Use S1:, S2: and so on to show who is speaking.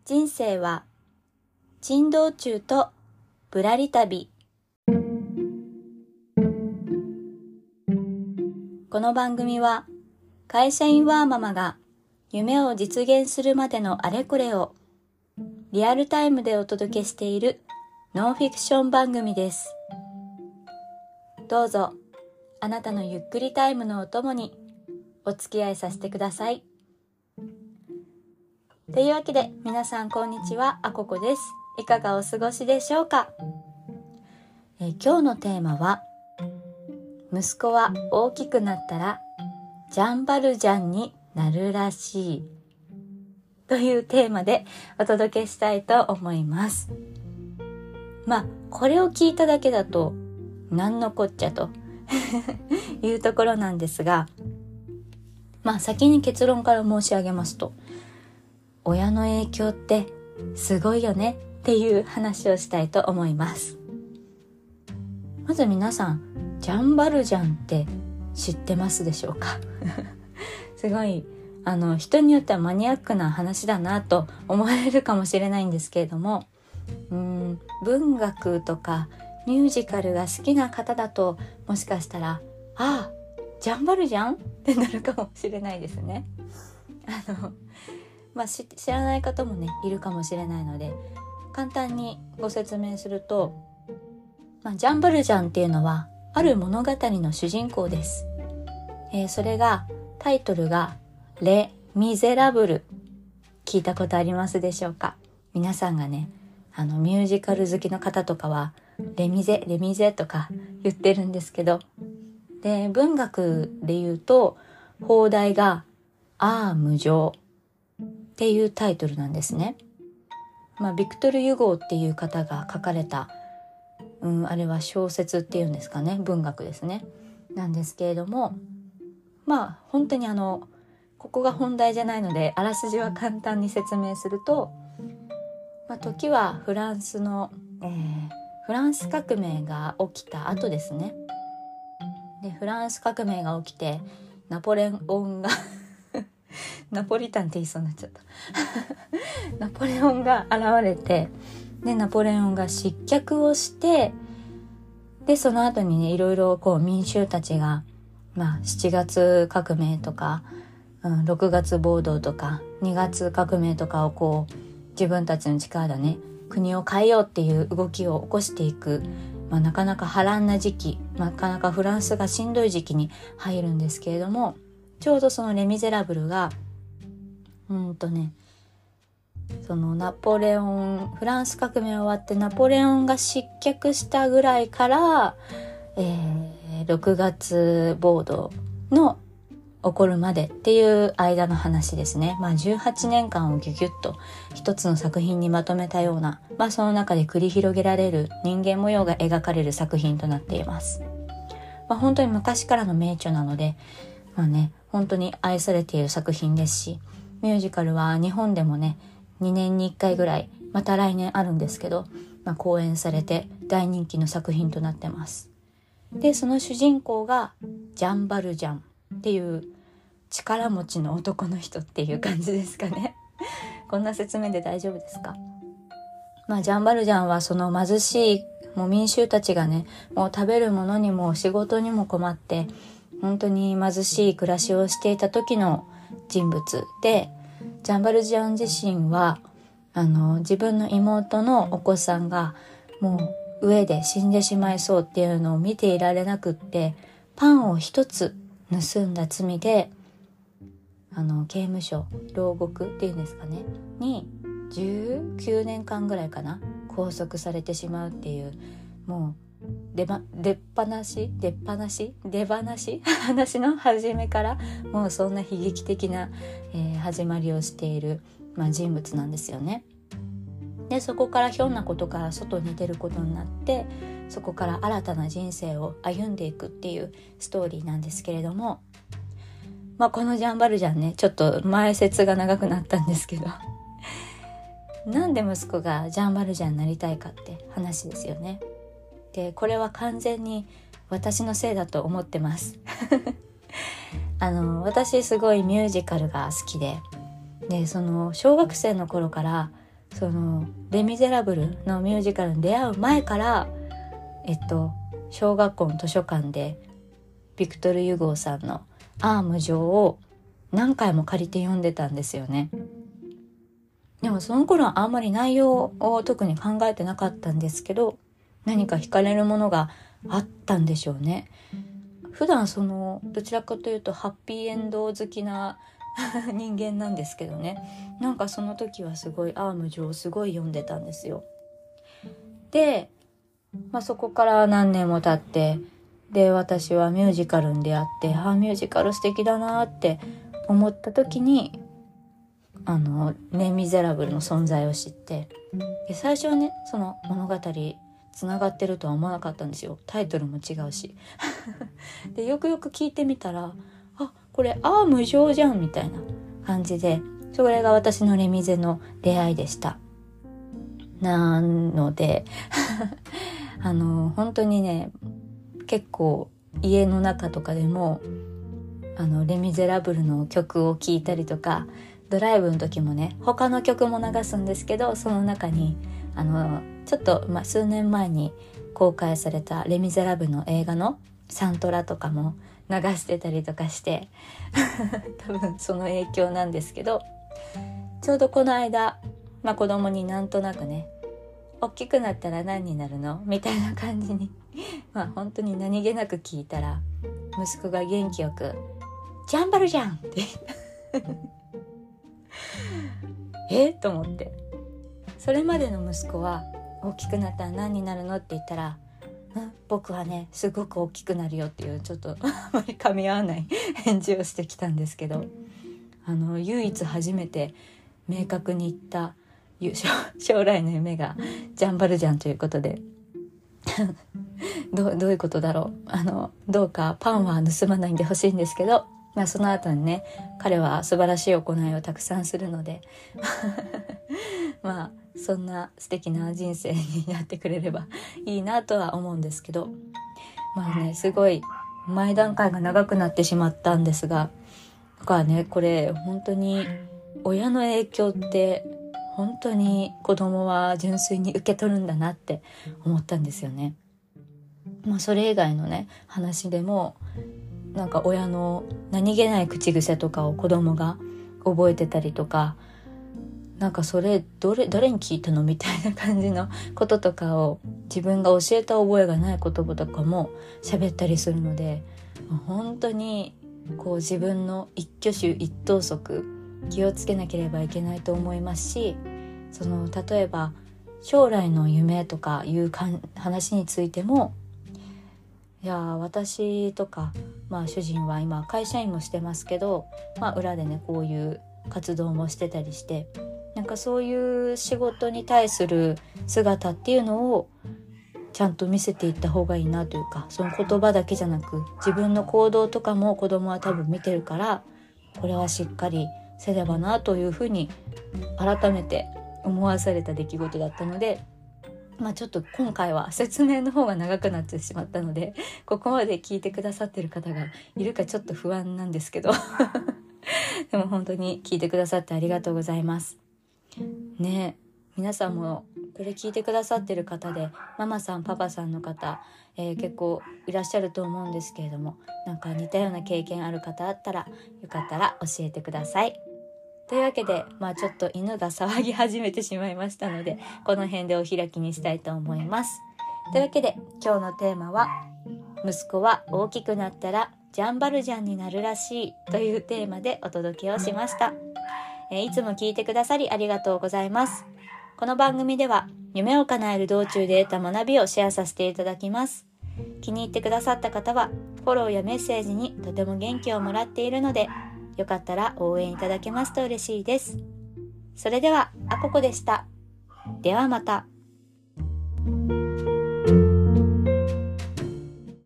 S1: 人生は珍道中とぶらり旅。この番組は会社員ワーママが夢を実現するまでのあれこれをリアルタイムでお届けしているノンフィクション番組です。どうぞあなたのゆっくりタイムのお供にお付き合いさせてください。というわけで皆さんこんにちは、あここです。いかがお過ごしでしょうか。今日のテーマは息子は大きくなったらジャンバルジャンになるらしいというテーマでお届けしたいと思います。これを聞いただけだと何のこっちゃというところなんですが、先に結論から申し上げますと、親の影響ってすごいよねっていう話をしたいと思います。まず皆さん、ジャンバルジャンって知ってますでしょうかすごい人によってはマニアックな話だなと思われるかもしれないんですけれども、文学とかミュージカルが好きな方だともしかしたらジャンバルジャンってなるかもしれないですね。知らない方もねいるかもしれないので簡単にご説明すると、ジャンバルジャンっていうのはある物語の主人公です。それがタイトルがレ・ミゼラブル。聞いたことありますでしょうか。皆さんがねミュージカル好きの方とかはレミゼレミゼとか言ってるんですけど、で文学で言うと邦題が無常っていうタイトルなんですね。ビクトル・ユゴーっていう方が書かれた、あれは小説っていうんですかね、文学ですね、なんですけれども、本当にここが本題じゃないのであらすじは簡単に説明すると、時はフランスの、フランス革命が起きた後ですね。でフランス革命が起きてナポレオンがナポリタンって言いそうになっちゃったナポレオンが現れて、でナポレオンが失脚をして、でその後にねいろいろ民衆たちが、7月革命とか、6月暴動とか2月革命とかを自分たちの力でね国を変えようっていう動きを起こしていく、なかなか波乱な時期、なかなかフランスがしんどい時期に入るんですけれども、ちょうどそのレ・ミゼラブルがそのナポレオン、フランス革命終わってナポレオンが失脚したぐらいから、6月暴動の起こるまでっていう間の話ですね。18年間をギュギュッと一つの作品にまとめたような、その中で繰り広げられる人間模様が描かれる作品となっています。本当に昔からの名著なので、本当に愛されている作品ですし、ミュージカルは日本でもね2年に1回ぐらい、また来年あるんですけど、公演されて大人気の作品となってます。でその主人公がジャンバルジャンっていう力持ちの男の人っていう感じですかねこんな説明で大丈夫ですか。ジャンバルジャンはその貧しい民衆たちがね、もう食べるものにも仕事にも困って本当に貧しい暮らしをしていた時の人物で、ジャンバルジャン自身は自分の妹のお子さんがもう飢えで死んでしまいそうっていうのを見ていられなくって、パンを一つ盗んだ罪で刑務所、牢獄っていうんですかねに19年間ぐらいかな拘束されてしまうっていう、もう出放し話の始めからもうそんな悲劇的な、始まりをしている、人物なんですよね。でそこからひょんなことから外に出ることになって、そこから新たな人生を歩んでいくっていうストーリーなんですけれども、このジャンバルジャンね、ちょっと前説が長くなったんですけどなんで息子がジャンバルジャンになりたいかって話ですよね。でこれは完全に私のせいだと思ってます私すごいミュージカルが好きで、その小学生の頃からそのレ・ミゼラブルのミュージカルに出会う前から小学校の図書館でビクトル・ユゴーさんのアーム上を何回も借りて読んでたんですよね。でもその頃はあんまり内容を特に考えてなかったんですけど、何か惹かれるものがあったんでしょうね。普段どちらかというとハッピーエンド好きな人間なんですけどね、なんかその時はすごいアーム上をすごい読んでたんですよ。で、そこから何年も経って、で私はミュージカルに出会って、ミュージカル素敵だなって思った時にレ・ミゼラブルの存在を知って、で最初はねその物語つながってるとは思わなかったんですよ。タイトルも違うしでよくよく聞いてみたら、これアーム上じゃんみたいな感じで、それが私のレミゼの出会いでした。なので本当にね、結構家の中とかでもレ・ミゼラブルの曲を聴いたりとか、ドライブの時もね他の曲も流すんですけど、その中にちょっと、数年前に公開されたレ・ミゼラブルの映画のサントラとかも流してたりとかして多分その影響なんですけど、ちょうどこの間、子供になんとなくね、大きくなったら何になるのみたいな感じに本当に何気なく聞いたら、息子が元気よくジャンバルジャンってと思って、それまでの息子は大きくなったら何になるのって言ったら、僕はねすごく大きくなるよっていう、ちょっとあまり噛み合わない返事をしてきたんですけど、唯一初めて明確に言った将来の夢がジャンバルジャンということでどういうことだろう。どうかパンは盗まないんでほしいんですけど、その後にね、彼は素晴らしい行いをたくさんするのでそんな素敵な人生になってくれればいいなとは思うんですけど、すごい前段階が長くなってしまったんですが、だからね、これ本当に親の影響って本当に子供は純粋に受け取るんだなって思ったんですよね。それ以外のね話でも、なんか親の何気ない口癖とかを子供が覚えてたりとか、なんかそれ誰に聞いたのみたいな感じのこととかを自分が教えた覚えがない言葉とかも喋ったりするので、本当に自分の一挙手一投足気をつけなければいけないと思いますし、例えば将来の夢とかいう話についても、私とか、主人は今会社員もしてますけど、裏でねこういう活動もしてたりして、なんかそういう仕事に対する姿っていうのをちゃんと見せていった方がいいなというか、その言葉だけじゃなく自分の行動とかも子供は多分見てるから、これはしっかりせねばなというふうに改めて思わされた出来事だったので、ちょっと今回は説明の方が長くなってしまったので、ここまで聞いてくださってる方がいるかちょっと不安なんですけどでも本当に聞いてくださってありがとうございますね。皆さんもこれ聞いてくださってる方でママさんパパさんの方、結構いらっしゃると思うんですけれども、なんか似たような経験ある方あったらよかったら教えてください。というわけで、ちょっと犬が騒ぎ始めてしまいましたので、この辺でお開きにしたいと思います。というわけで今日のテーマは、息子は大きくなったらジャンバルジャンになるらしいというテーマでお届けをしました。いつも聞いてくださりありがとうございます。この番組では夢を叶える道中で得た学びをシェアさせていただきます。気に入ってくださった方はフォローやメッセージにとても元気をもらっているので、よかったら応援いただけますと嬉しいです。それでは、あここでした。ではまた。